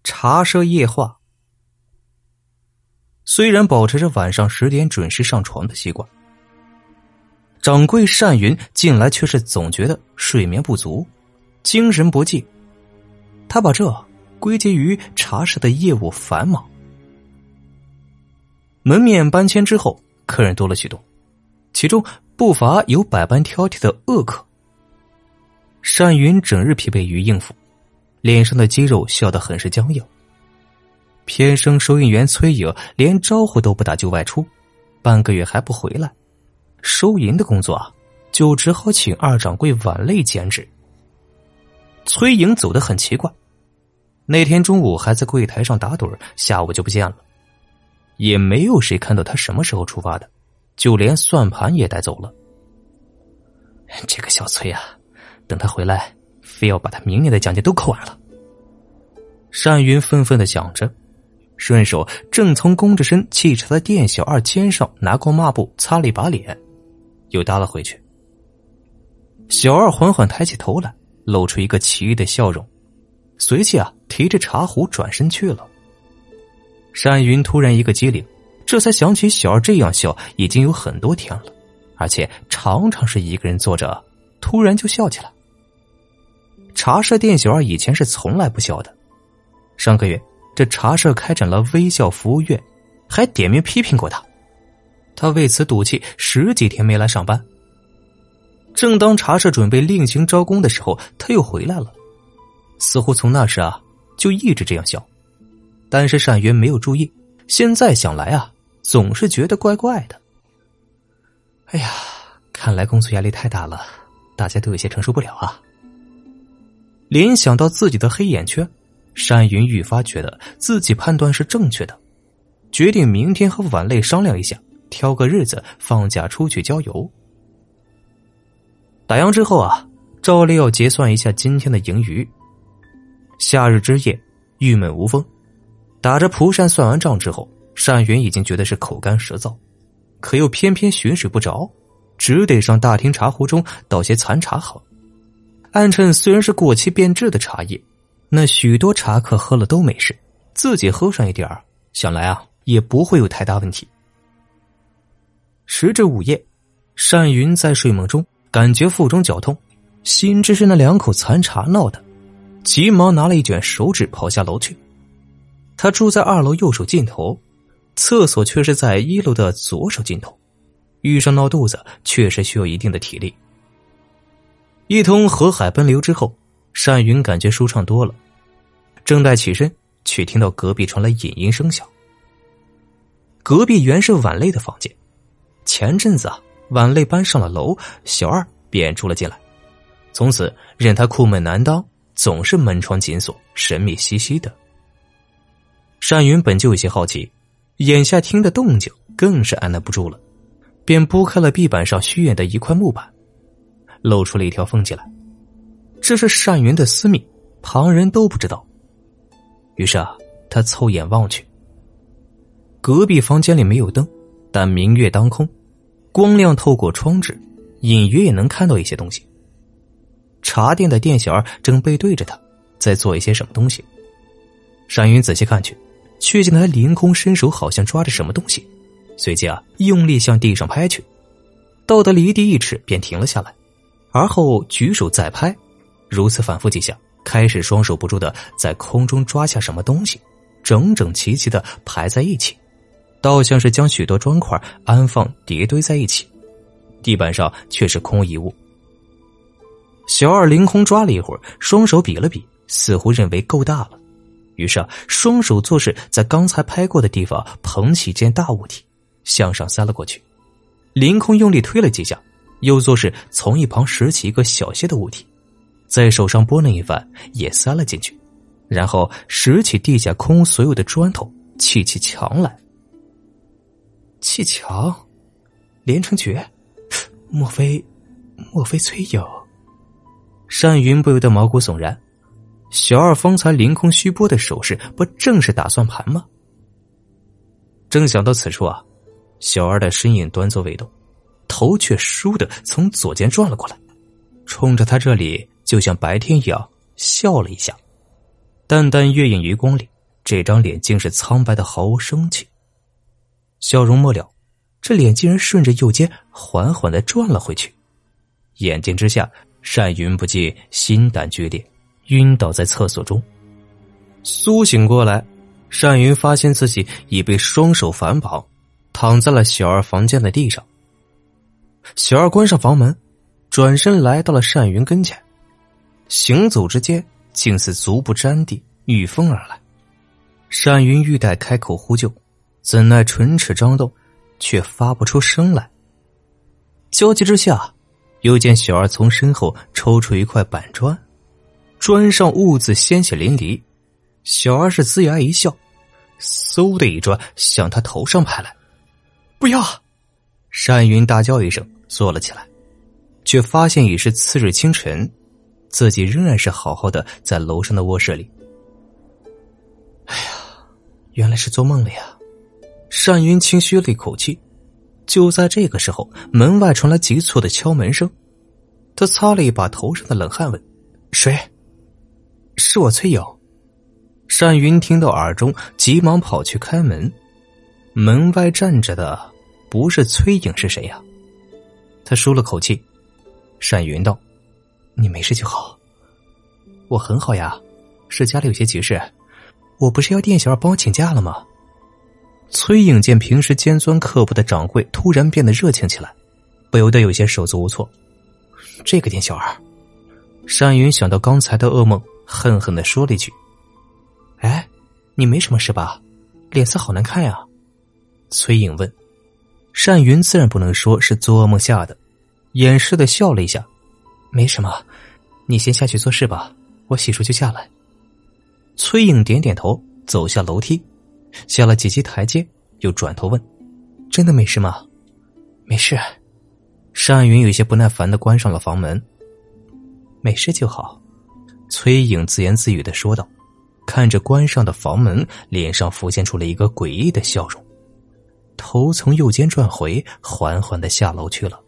茶社夜话。虽然保持着晚上10点准时上床的习惯，掌柜单云近来却是总觉得睡眠不足，精神不济。他把这归结于茶社的业务繁忙。门面搬迁之后，客人多了许多，其中不乏有百般挑剔的恶客。单云整日疲惫于应付，脸上的肌肉笑得很是僵硬。偏生收银员崔颖连招呼都不打就外出，半个月还不回来，收银的工作就只好请二掌柜晚类兼职。崔颖走得很奇怪，那天中午还在柜台上打盹，下午就不见了，也没有谁看到他什么时候出发的，就连算盘也带走了。这个小崔等他回来非要把他明年的奖金都扣完了。单云愤愤地想着，顺手正从公着身沏茶的店小二肩上拿过抹布擦了一把脸，又搭了回去。小二缓缓抬起头来，露出一个奇异的笑容，随即提着茶壶转身去了。单云突然一个机灵，这才想起小二这样笑已经有很多天了，而且常常是一个人坐着突然就笑起来。茶社店小二以前是从来不笑的，上个月这茶社开展了微笑服务月，还点名批评过他，他为此赌气10几天没来上班。正当茶社准备另行招工的时候，他又回来了，似乎从那时就一直这样笑。但是单云没有注意，现在想来总是觉得怪怪的。哎呀，看来工作压力太大了，大家都有些承受不了联想到自己的黑眼圈，单云愈发觉得自己判断是正确的，决定明天和晚类商量一下，挑个日子放假出去郊游。打烊之后照例要结算一下今天的盈余。夏日之夜，郁闷无风，打着蒲扇算完账之后，单云已经觉得是口干舌燥，可又偏偏寻睡不着，只得上大厅茶壶中倒些残茶喝。暗趁虽然是过期变质的茶叶，那许多茶客喝了都没事，自己喝上一点想来也不会有太大问题。时至午夜，单云在睡梦中感觉腹中绞痛，心知是那2口残茶闹的，急忙拿了一卷手纸跑下楼去。他住在2楼右手尽头，厕所却是在1楼的左手尽头，遇上闹肚子确实需要一定的体力。一通河海奔流之后，单云感觉舒畅多了，正待起身，却听到隔壁传来隐隐声响。隔壁原是晚类的房间，前阵子晚类搬上了楼，小二便住了进来，从此任他苦闷难当，总是门窗紧锁，神秘兮兮的。单云本就有些好奇，眼下听的动静更是按捺不住了，便拨开了壁板上虚掩的一块木板，露出了一条缝进来。这是单云的私密，旁人都不知道。于是他凑眼望去，隔壁房间里没有灯，但明月当空，光亮透过窗纸，隐约也能看到一些东西。茶店的店小二正背对着他，在做一些什么东西。单云仔细看去，却见他凌空伸手，好像抓着什么东西，随即用力向地上拍去，到得离地1尺便停了下来，而后举手再拍，如此反复几下，开始双手不住的在空中抓下什么东西，整整齐齐的排在一起，倒像是将许多砖块安放叠堆在一起，地板上却是空无一物。小二凌空抓了一会儿，双手比了比，似乎认为够大了，于是双手做事在刚才拍过的地方捧起件大物体，向上塞了过去，凌空用力推了几下，又做事从一旁拾起一个小些的物体，在手上拨弄一番，也塞了进去，然后拾起地下空无所有的砖头，砌起墙来。砌墙？连城诀？莫非崔友？单云不由得毛骨悚然，小二方才凌空虚拨的手势，不正是打算盘吗？正想到此处小二的身影端坐未动，头却倏地从左肩转了过来，冲着他这里就像白天一样笑了一下，淡淡月影余光里， 这张脸竟是苍白的毫无生气。笑容末了，这脸竟然顺着右肩缓缓地转了回去。眼睛之下，单云不禁心胆俱裂，晕倒在厕所中。苏醒过来，单云发现自己已被双手反绑，躺在了小二房间的地上。小二关上房门，转身来到了单云跟前，行走之间竟似足不沾地，御风而来。单云欲待开口呼救，怎奈唇齿张动，却发不出声来。焦急之下，又见小二从身后抽出一块板砖，砖上兀自鲜血淋漓。小二是龇牙一笑，嗖的一砖向他头上拍来。不要！单云大叫一声，坐了起来，却发现已是次日清晨，自己仍然是好好的在楼上的卧室里。哎呀，原来是做梦了呀！单云轻吁了一口气。就在这个时候，门外传来急促的敲门声。他擦了一把头上的冷汗，问：谁？是我崔颖。单云听到耳中，急忙跑去开门。门外站着的不是崔颖是谁呀？他舒了口气。单云道：你没事就好。我很好呀，是家里有些急事。我不是要店小二帮我请假了吗？崔颖见平时尖钻刻薄的掌柜突然变得热情起来，不由得有些手足无措。这个店小二。单云想到刚才的噩梦，恨恨地说了一句：哎，你没什么事吧？脸色好难看呀。崔颖问。单云自然不能说是做噩梦吓的，掩饰地笑了一下：没什么，你先下去做事吧，我洗漱就下来。崔颖点点头，走下楼梯，下了几级台阶，又转头问：真的没事吗？没事。单云有些不耐烦地关上了房门。没事就好。崔颖自言自语地说道，看着关上的房门，脸上浮现出了一个诡异的笑容，头从右肩转回，缓缓地下楼去了。